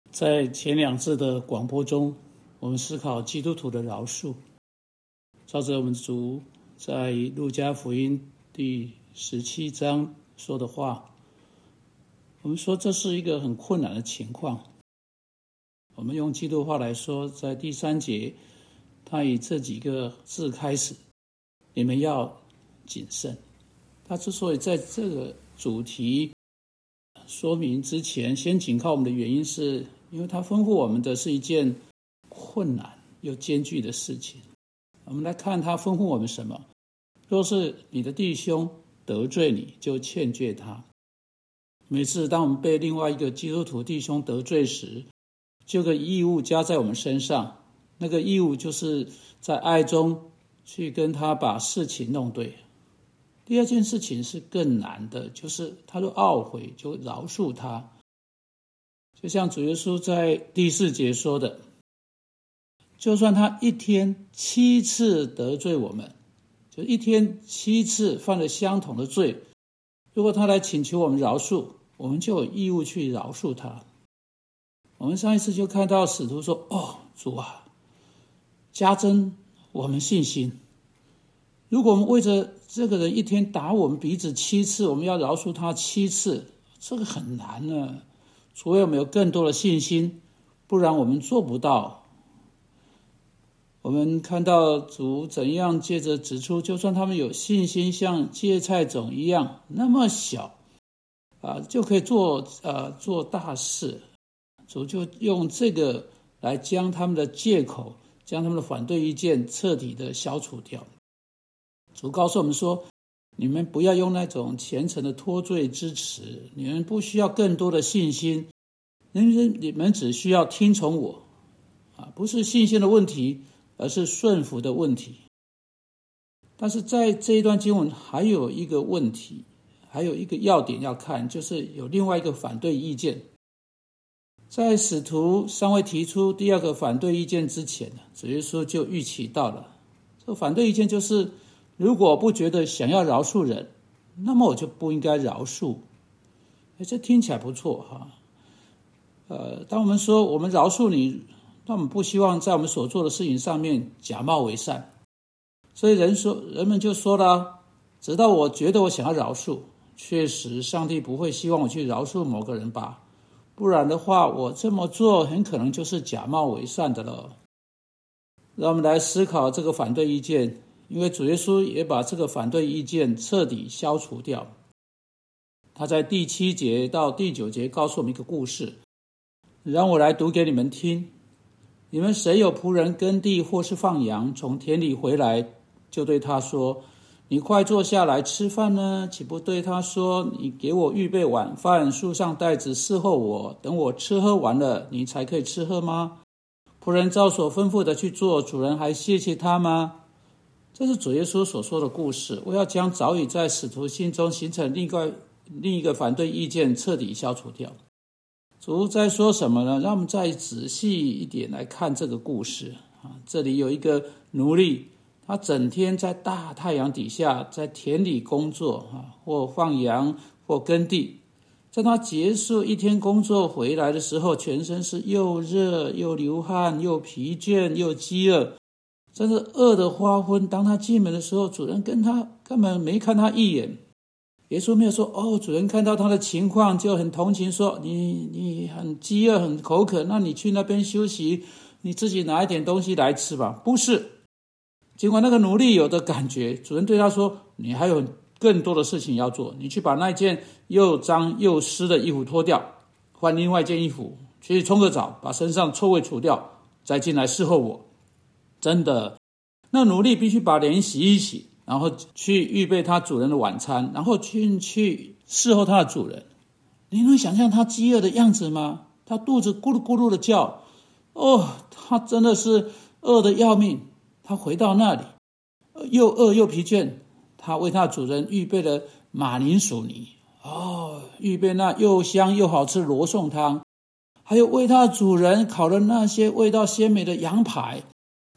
在前2次的广播中，我们思考基督徒的饶恕。照着我们主在路加福音第17章说的话，我们说这是一个很困难的情况。我们用基督话来说，在第3节，他以这几个字开始：你们要谨慎。他之所以在这个主题说明之前先警告我们的原因，是因为他吩咐我们的是一件困难又艰巨的事情。我们来看他吩咐我们什么。若是你的弟兄得罪你，就劝诫他。每次当我们被另外一个基督徒弟兄得罪时，就有个义务加在我们身上，那个义务就是在爱中去跟他把事情弄对。第二件事情是更难的，就是他若懊悔，就饶恕他。就像主耶稣在第4节说的，就算他一天7次得罪我们，就一天7次犯了相同的罪，如果他来请求我们饶恕，我们就有义务去饶恕他。我们上一次就看到使徒说，主啊，加增我们信心。如果我们为着这个人一天打我们鼻子7次，我们要饶恕他7次，这个很难呢。除非我们有更多的信心，不然我们做不到。我们看到主怎样接着指出，就算他们有信心像芥菜种一样那么小就可以做大事。主就用这个来将他们的借口，将他们的反对意见彻底的消除掉。主告诉我们说，你们不要用那种虔诚的脱罪之词，你们不需要更多的信心，你们只需要听从我不是信心的问题，而是顺服的问题。但是在这一段经文还有一个问题，还有一个要点要看，就是有另外一个反对意见。在使徒尚未提出第2个反对意见之前，主耶稣就预期到了。这个反对意见就是，如果不觉得想要饶恕人，那么我就不应该饶恕。这听起来不错当我们说我们饶恕你，那我们不希望在我们所做的事情上面假冒为善。所以人们就说了，直到我觉得我想要饶恕，确实上帝不会希望我去饶恕某个人吧，不然的话我这么做很可能就是假冒为善的了。让我们来思考这个反对意见，因为主耶稣也把这个反对意见彻底消除掉。他在第7节到第9节告诉我们一个故事，让我来读给你们听。你们谁有仆人耕地或是放羊，从田里回来，就对他说，你快坐下来吃饭呢？岂不对他说，你给我预备晚饭，束上带子伺候我，等我吃喝完了，你才可以吃喝吗？仆人照所吩咐的去做，主人还谢谢他吗？这是主耶稣所说的故事。我要将早已在使徒心中形成另一个反对意见彻底消除掉。主在说什么呢？让我们再仔细一点来看这个故事这里有一个奴隶，他整天在大太阳底下在田里工作或放羊或耕地。在他结束一天工作回来的时候，全身是又热又流汗又疲倦又饥饿，真是饿得发昏。当他进门的时候，主人根本没看他一眼。耶稣没有说主人看到他的情况就很同情，说你很饥饿很口渴，那你去那边休息，你自己拿一点东西来吃吧。不是，尽管那个奴隶有的感觉，主人对他说，你还有更多的事情要做，你去把那件又脏又湿的衣服脱掉，换另外一件衣服，去冲个澡，把身上臭味除掉，再进来侍候我。真的，那奴隶必须把脸洗一洗，然后去预备他主人的晚餐，然后去侍候他的主人。你能想象他饥饿的样子吗？他肚子咕噜咕噜的叫，他真的是饿得要命。他回到那里又饿又疲倦，他为他的主人预备了马铃薯泥预备那又香又好吃的罗宋汤，还有为他的主人烤了那些味道鲜美的羊排。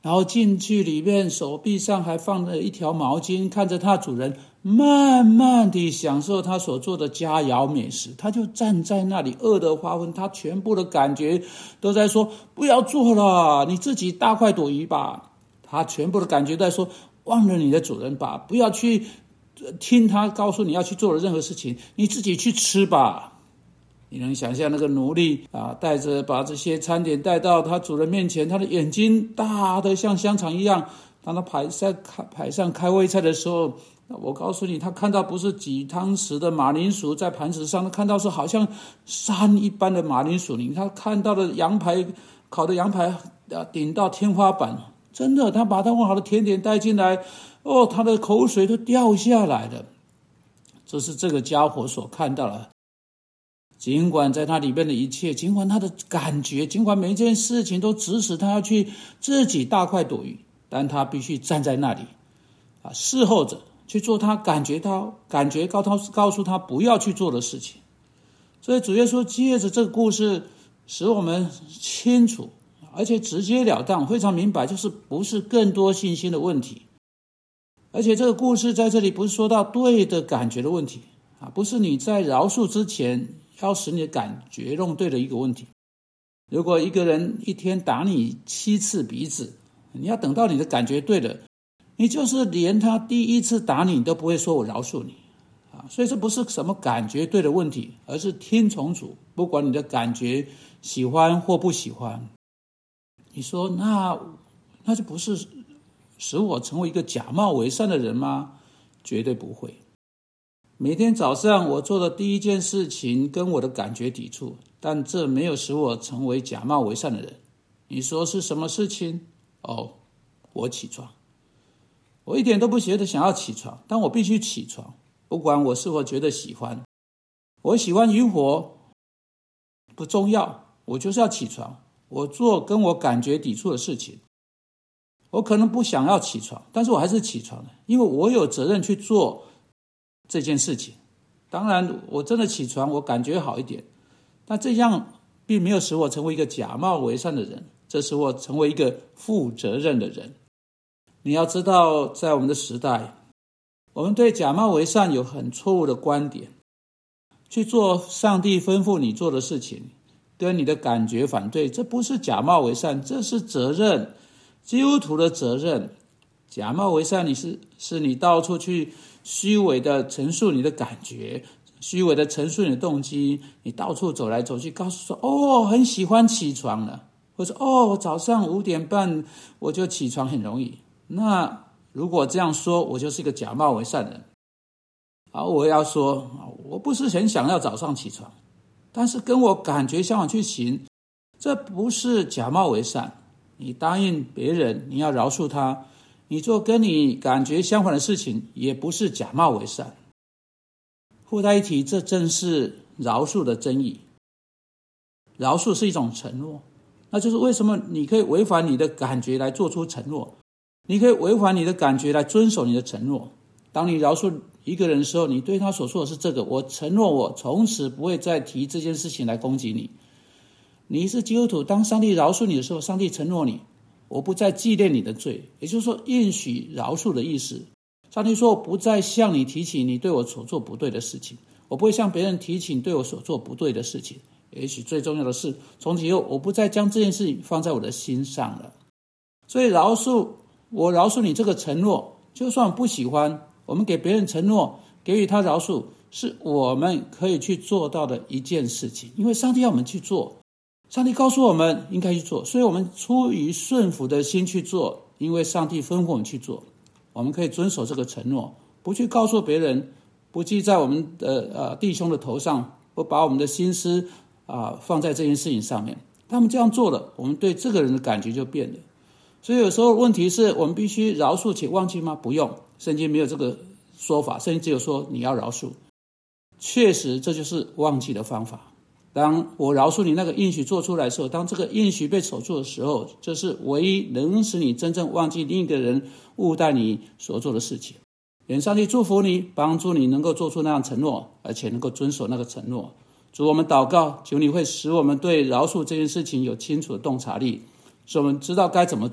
然后进去里面，手臂上还放了一条毛巾，看着他主人慢慢地享受他所做的佳肴美食。他就站在那里饿得发昏，他全部的感觉都在说不要做了，你自己大快朵颐吧。他全部的感觉都在说忘了你的主人吧，不要去听他告诉你要去做的任何事情，你自己去吃吧。你能想象那个奴隶带着把这些餐点带到他主人面前，他的眼睛大的像香肠一样。当他摆上开胃菜的时候，我告诉你，他看到不是几汤匙的马铃薯在盘子上，他看到是好像山一般的马铃薯泥。他看到的烤的羊排顶到天花板，真的，他把他问好的甜点带进来，他的口水都掉下来了。这是这个家伙所看到的。尽管在他里面的一切，尽管他的感觉，尽管每一件事情都指使他要去自己大快朵颐，但他必须站在那里侍候着去做他感觉告诉他不要去做的事情。所以主耶稣借着这个故事使我们清楚，而且直截了当，非常明白，就是不是更多信心的问题。而且这个故事在这里不是说到对的感觉的问题不是你在饶恕之前要使你的感觉弄对的一个问题。如果一个人一天打你7次鼻子，你要等到你的感觉对了，你就是连他第1次打你都不会说我饶恕你所以这不是什么感觉对的问题，而是听从主，不管你的感觉喜欢或不喜欢。你说那就不是使我成为一个假冒伪善的人吗？绝对不会。每天早上我做的第一件事情跟我的感觉抵触，但这没有使我成为假冒伪善的人。你说是什么事情？我起床。我一点都不觉得想要起床，但我必须起床，不管我是否觉得喜欢。我喜欢萤火不重要，我就是要起床，我做跟我感觉抵触的事情。我可能不想要起床，但是我还是起床了，因为我有责任去做这件事情。当然我真的起床，我感觉好一点，但这样并没有使我成为一个假冒伪善的人，这使我成为一个负责任的人。你要知道，在我们的时代，我们对假冒伪善有很错误的观点，去做上帝吩咐你做的事情，跟你的感觉反对，这不是假冒伪善，这是责任，基督徒的责任。假冒伪善是你到处去虚伪的陈述你的感觉，虚伪的陈述你的动机，你到处走来走去，告诉说很喜欢起床了，或者早上5点半我就起床很容易。那如果这样说，我就是一个假冒伪善人。我要说，我不是很想要早上起床，但是跟我感觉相反去行，这不是假冒伪善。你答应别人你要饶恕他，你做跟你感觉相反的事情，也不是假冒伪善。附带一提，这正是饶恕的真意。饶恕是一种承诺，那就是为什么你可以违反你的感觉来做出承诺，你可以违反你的感觉来遵守你的承诺。当你饶恕一个人的时候，你对他所说的是这个，我承诺我从此不会再提这件事情来攻击你。你是基督徒，当上帝饶恕你的时候，上帝承诺你，我不再纪念你的罪，也就是说应许饶恕的意思。上帝说，我不再向你提起你对我所做不对的事情，我不会向别人提起你对我所做不对的事情。也许最重要的是，从此以后我不再将这件事情放在我的心上了。所以我饶恕你这个承诺，就算不喜欢，我们给别人承诺，给予他饶恕，是我们可以去做到的一件事情。因为上帝要我们去做，上帝告诉我们应该去做，所以我们出于顺服的心去做，因为上帝吩咐我们去做，我们可以遵守这个承诺，不去告诉别人，不记在我们的弟兄的头上，不把我们的心思放在这件事情上面。他们这样做了，我们对这个人的感觉就变了。所以有时候问题是我们必须饶恕且忘记吗？不用，圣经没有这个说法，圣经只有说你要饶恕。确实这就是忘记的方法。当我饶恕你那个应许做出来的时候，当这个应许被守住的时候，这是唯一能使你真正忘记另一个人误待你所做的事情。愿上帝祝福你，帮助你能够做出那样承诺，而且能够遵守那个承诺。主，我们祷告，求你会使我们对饶恕这件事情有清楚的洞察力，使我们知道该怎么做，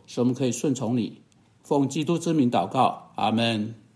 使我们可以顺从你。奉基督之名祷告，阿们。